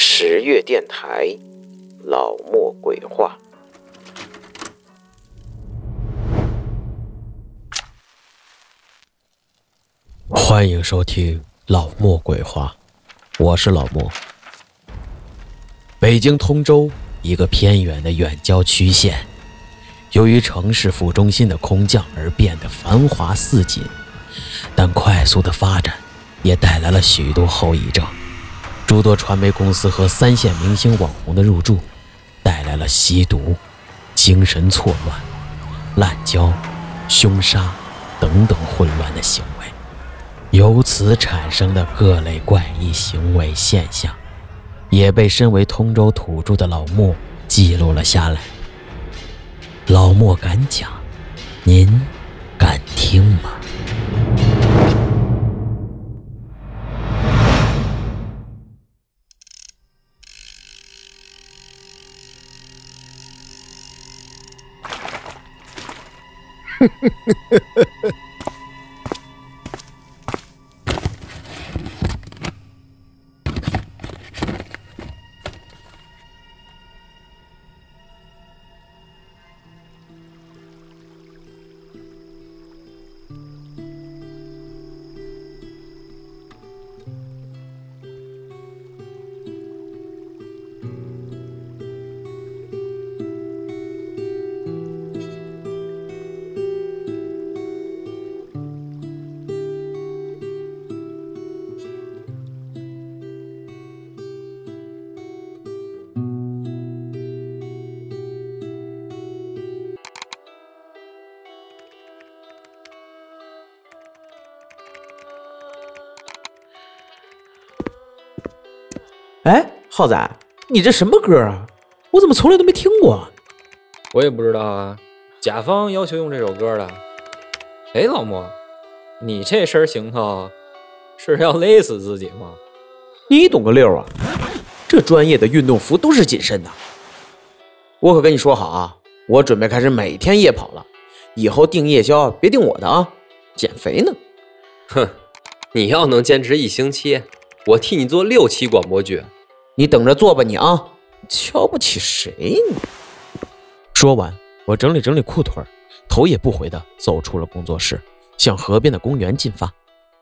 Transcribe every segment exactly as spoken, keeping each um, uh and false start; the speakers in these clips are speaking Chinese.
十月电台老莫鬼话。欢迎收听老莫鬼话，我是老莫。北京通州一个偏远的远郊区县，由于城市副中心的空降而变得繁华似锦，但快速的发展也带来了许多后遗症。诸多传媒公司和三线明星网红的入驻，带来了吸毒、精神错乱、滥交、凶杀等等混乱的行为。由此产生的各类怪异行为现象，也被身为通州土著的老莫记录了下来。老莫敢讲，您敢听吗？ 哎，浩仔，你这什么歌啊？我怎么从来都没听过？ 我也不知道啊，甲方要求用这首歌的。哎，老莫，你这身行头是要勒死自己吗？ 你懂个溜啊！这专业的运动服都是紧身的。我可跟你说好啊，我准备开始每天夜跑了，以后订夜宵别订我的啊，减肥呢。 哼，你要能坚持一星期，我替你做六期广播剧。 你等着做吧你啊，瞧不起谁呢？说完，我整理整理裤腿，头也不回地走出了工作室，向河边的公园进发。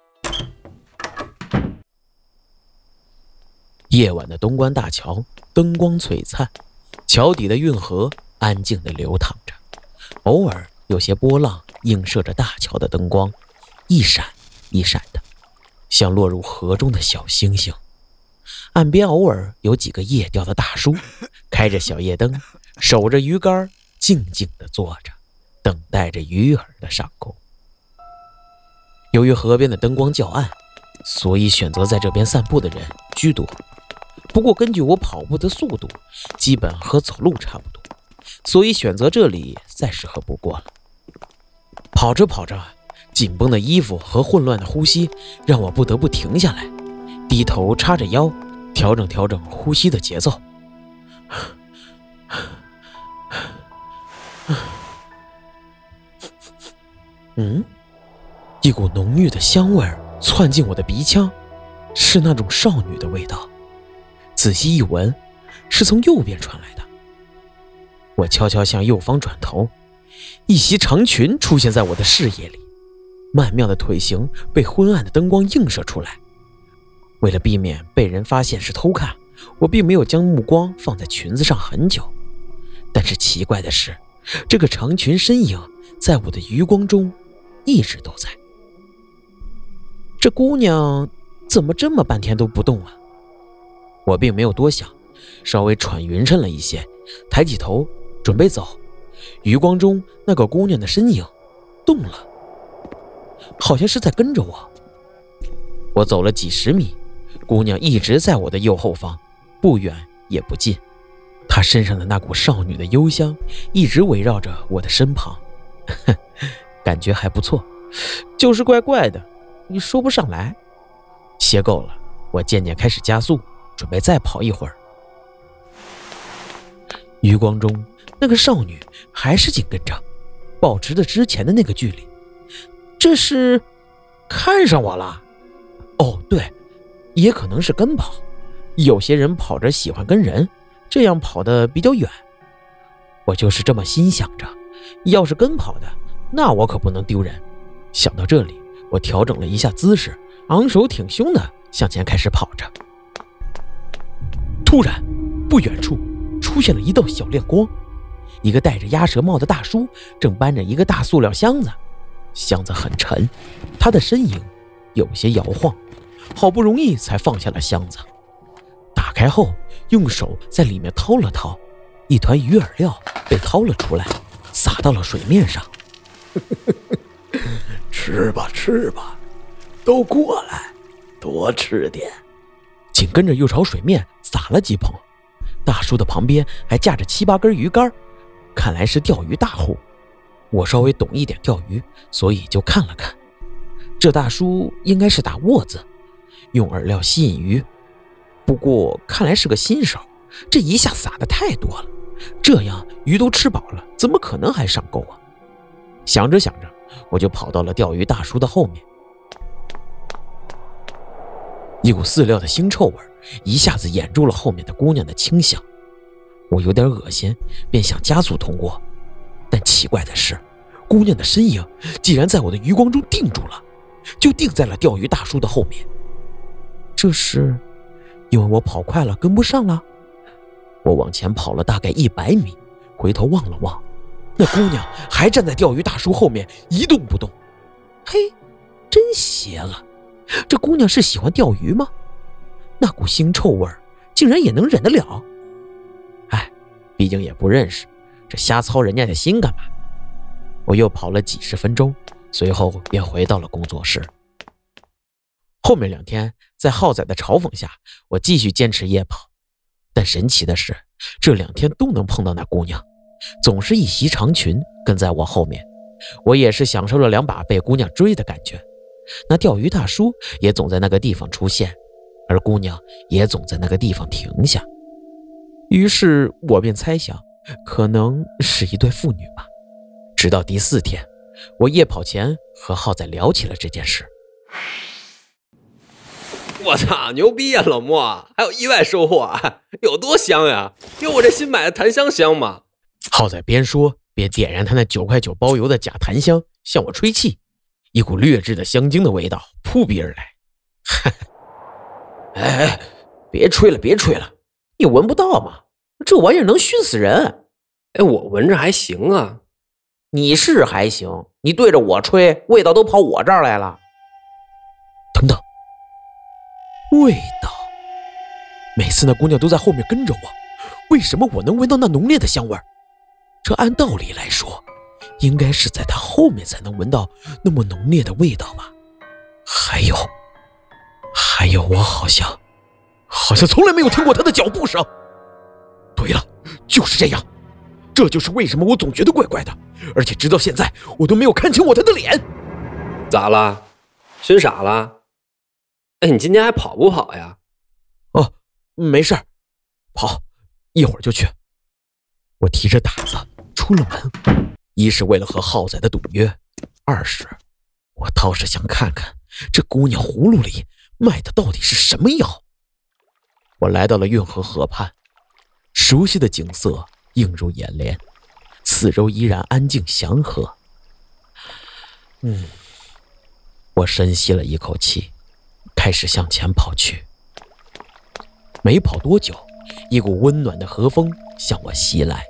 夜晚的东关大桥灯光璀璨，桥底的运河安静地流淌着，偶尔有些波浪映射着大桥的灯光，一闪一闪的，像落入河中的小星星。岸边偶尔有几个夜钓的大叔，开着小夜灯，守着鱼竿，静静地坐着，等待着鱼饵的上钩。由于河边的灯光较暗，所以选择在这边散步的人居多。不过根据我跑步的速度，基本和走路差不多，所以选择这里再适合不过了。跑着跑着，紧绷的衣服和混乱的呼吸让我不得不停下来，低头叉着腰，调整调整呼吸的节奏。嗯，一股浓郁的香味窜进我的鼻腔，是那种少女的味道。仔细一闻，是从右边传来的。我悄悄向右方转头，一袭长裙出现在我的视野里，曼妙的腿型被昏暗的灯光映射出来。为了避免被人发现是偷看，我并没有将目光放在裙子上很久。但是奇怪的是，这个长裙身影在我的余光中一直都在。这姑娘怎么这么半天都不动啊？我并没有多想，稍微喘匀称了一些，抬起头准备走。余光中那个姑娘的身影动了，好像是在跟着我。我走了几十米，姑娘一直在我的右后方，不远也不近。她身上的那股少女的幽香一直围绕着我的身旁，感觉还不错，就是怪怪的，你说不上来。歇够了，我渐渐开始加速，准备再跑一会儿。余光中那个少女还是紧跟着，保持着之前的那个距离。这是看上我了？哦，对，也可能是跟跑， 有些人跑着喜欢跟人，这样跑得比较远。我就是这么心想着，要是跟跑的，那我可不能丢人。想到这里，我调整了一下姿势，昂首挺胸的向前开始跑着。突然，不远处出现了一道小亮光，一个戴着鸭舌帽的大叔正搬着一个大塑料箱子，箱子很沉，他的身影有些摇晃，好不容易才放下了箱子。打开后，用手在里面掏了掏，一团鱼饵料被掏了出来，洒到了水面上。 吃吧吃吧，都过来，多吃点。 紧跟着又朝水面撒了几捧，大叔的旁边还架着七八根鱼竿，看来是钓鱼大户。我稍微懂一点钓鱼，所以就看了看。这大叔应该是打窝子，用饵料吸引鱼，不过看来是个新手，这一下撒的太多了，这样鱼都吃饱了，怎么可能还上钩啊？想着想着，我就跑到了钓鱼大叔的后面。一股饲料的腥臭味一下子掩住了后面的姑娘的清香，我有点恶心，便想加速通过。但奇怪的是，姑娘的身影竟然在我的余光中定住了，就定在了钓鱼大叔的后面。这是因为我跑快了，跟不上了。我往前跑了大概一百米，回头望了望，那姑娘还站在钓鱼大叔后面一动不动。嘿，真邪了，这姑娘是喜欢钓鱼吗？那股腥臭味竟然也能忍得了。哎，毕竟也不认识，这瞎操人家的心干嘛？我又跑了几十分钟，随后便回到了工作室。后面两天，在浩仔的嘲讽下，我继续坚持夜跑。但神奇的是，这两天都能碰到那姑娘，总是一袭长裙跟在我后面。我也是享受了两把被姑娘追的感觉。那钓鱼大叔也总在那个地方出现，而姑娘也总在那个地方停下。于是我便猜想，可能是一对父女吧。直到第四天，我夜跑前和浩仔聊起了这件事。 我操，牛逼呀，老莫，还有意外收获啊，有多香呀？有我这新买的檀香香吗？ 浩仔边说边点燃他那九块九包邮的假檀香，向我吹气，一股劣质的香精的味道扑鼻而来。哎哎，别吹了别吹了，你闻不到吗？这玩意儿能熏死人。 哎，我闻着还行啊。 你是还行，你对着我吹，味道都跑我这儿来了。等等，味道，每次那姑娘都在后面跟着我，为什么我能闻到那浓烈的香味？这按道理来说，应该是在她后面才能闻到那么浓烈的味道吧。还有还有我好像好像从来没有听过她的脚步声。对了，就是这样，这就是为什么我总觉得怪怪的，而且直到现在我都没有看清我她的脸。 咋了？熏傻了？哎，你今天还跑不跑呀？ 哦，没事，跑，一会儿就去。我提着胆子出了门，一是为了和浩仔的赌约，二是我倒是想看看这姑娘葫芦里卖的到底是什么药。我来到了运河河畔，熟悉的景色映入眼帘，四周依然安静祥和。嗯，我深吸了一口气，开始向前跑去。没跑多久，一股温暖的河风向我袭来。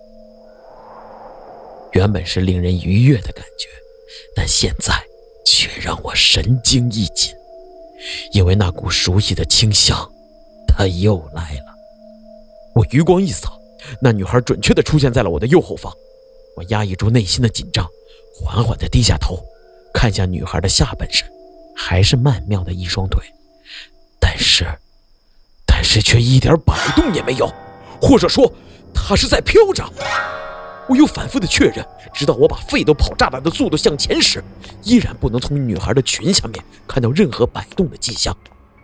原本是令人愉悦的感觉，但现在却让我神经一紧，因为那股熟悉的清香，它又来了。我余光一扫，那女孩准确地出现在了我的右后方。我压抑住内心的紧张，缓缓地低下头，看向女孩的下半身，还是曼妙的一双腿，但是但是却一点摆动也没有，或者说她是在飘着。我又反复的确认，直到我把肺都跑炸了的速度向前时，依然不能从女孩的裙下面看到任何摆动的迹象。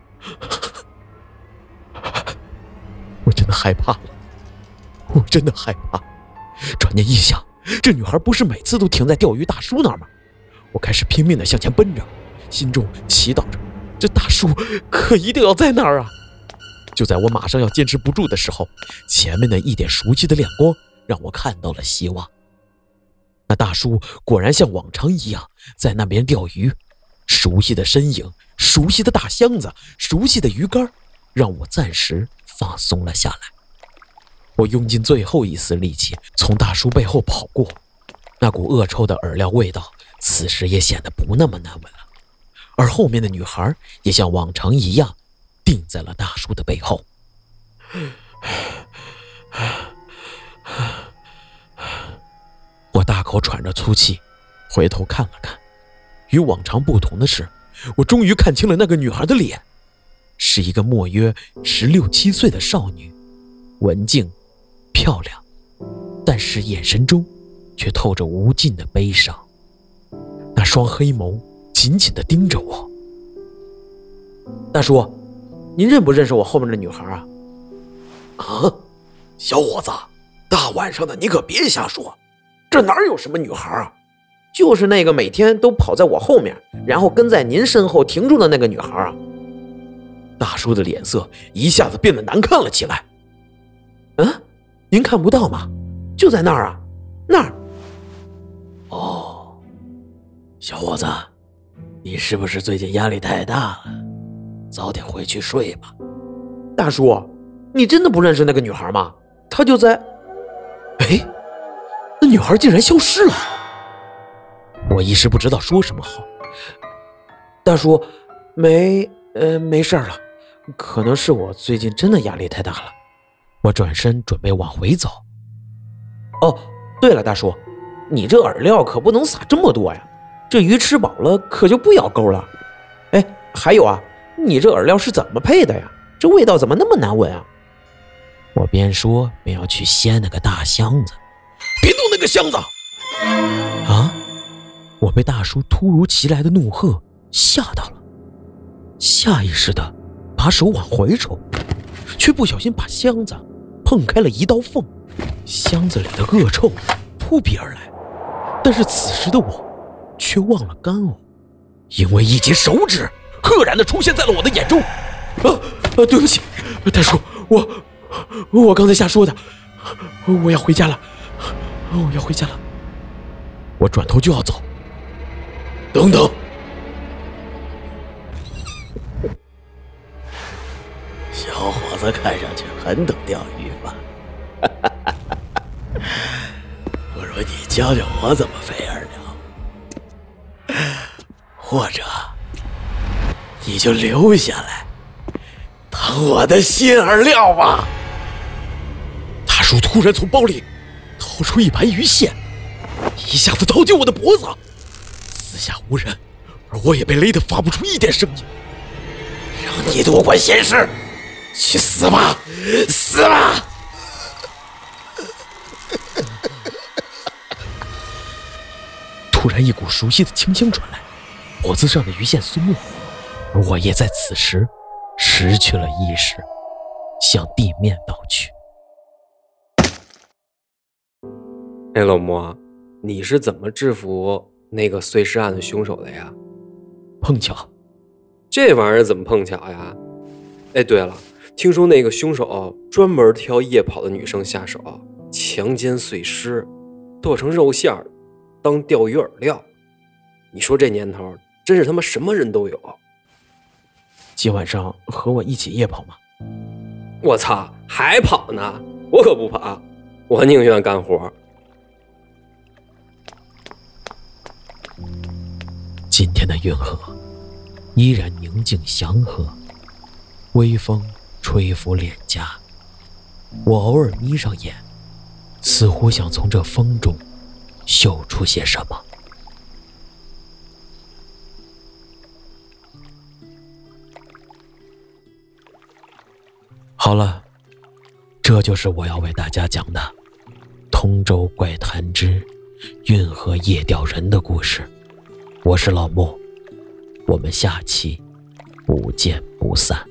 我真的害怕了，我真的害怕。转念一想，这女孩不是每次都停在钓鱼大叔那儿吗？我开始拼命的向前奔着，心中祈祷着，这大叔可一定要在那儿啊！ 就在我马上要坚持不住的时候，前面的一点熟悉的亮光让我看到了希望。那大叔果然像往常一样在那边钓鱼，熟悉的身影，熟悉的大箱子，熟悉的鱼竿，让我暂时放松了下来。我用尽最后一丝力气从大叔背后跑过，那股恶臭的饵料味道此时也显得不那么难闻了，而后面的女孩也像往常一样定在了大叔的背后。我大口喘着粗气，回头看了看，与往常不同的是，我终于看清了那个女孩的脸，是一个莫约十六七岁的少女，文静漂亮，但是眼神中却透着无尽的悲伤。那双黑眸紧紧地盯着我。大叔，您认不认识我后面的女孩啊？ 啊，小伙子，大晚上的你可别瞎说，这哪有什么女孩啊？ 就是那个每天都跑在我后面，然后跟在您身后停住的那个女孩啊。 大叔的脸色一下子变得难看了起来。 嗯，您看不到吗？就在那儿啊，那儿。 哦，小伙子，你是不是最近压力太大了？早点回去睡吧。 大叔，你真的不认识那个女孩吗？她就在…… 哎，那女孩竟然消失了。 我一时不知道说什么好。大叔，没……呃，没事了，可能是我最近真的压力太大了。我转身准备往回走。哦，对了，大叔，你这饵料可不能撒这么多呀，这鱼吃饱了可就不咬钩了。哎，还有啊，你这饵料是怎么配的呀？这味道怎么那么难闻啊？我边说边要去掀那个大箱子。 别动那个箱子！ 啊！我被大叔突如其来的怒喝吓到了，下意识的把手往回抽，却不小心把箱子碰开了一道缝，箱子里的恶臭扑鼻而来。但是此时的我却忘了干呕， 因为一截手指赫然的出现在了我的眼中。 啊啊！对不起，大叔，我我刚才瞎说的，我要回家了，我要回家了。我转头就要走。 等等，小伙子看上去很懂钓鱼吧？不如你教教我怎么飞饵料，或者你就留下来当我的新饵料吧。 大叔突然从包里掏出一盘鱼线，一下子套进我的脖子。四下无人，而我也被勒得发不出一点声音。 让你多管闲事，去死吧，死吧！ 突然一股熟悉的清香传来，脖子上的鱼线松了，而我也在此时失去了意识，向地面倒去。 哎，老莫，你是怎么制服那个碎尸案的凶手的呀？ 碰巧。 这玩意儿怎么碰巧呀？哎，对了，听说那个凶手专门挑夜跑的女生下手，强奸碎尸，剁成肉馅儿当钓鱼饵料。你说这年头真是他妈什么人都有。 今晚上和我一起夜跑吗？ 我操，还跑呢？我可不跑，我宁愿干活。 今天的运河依然宁静祥和，微风吹拂脸颊，我偶尔眯上眼，似乎想从这风中嗅出些什么。好了，这就是我要为大家讲的通州怪谈之运河夜钓人的故事。我是老莫，我们下期不见不散。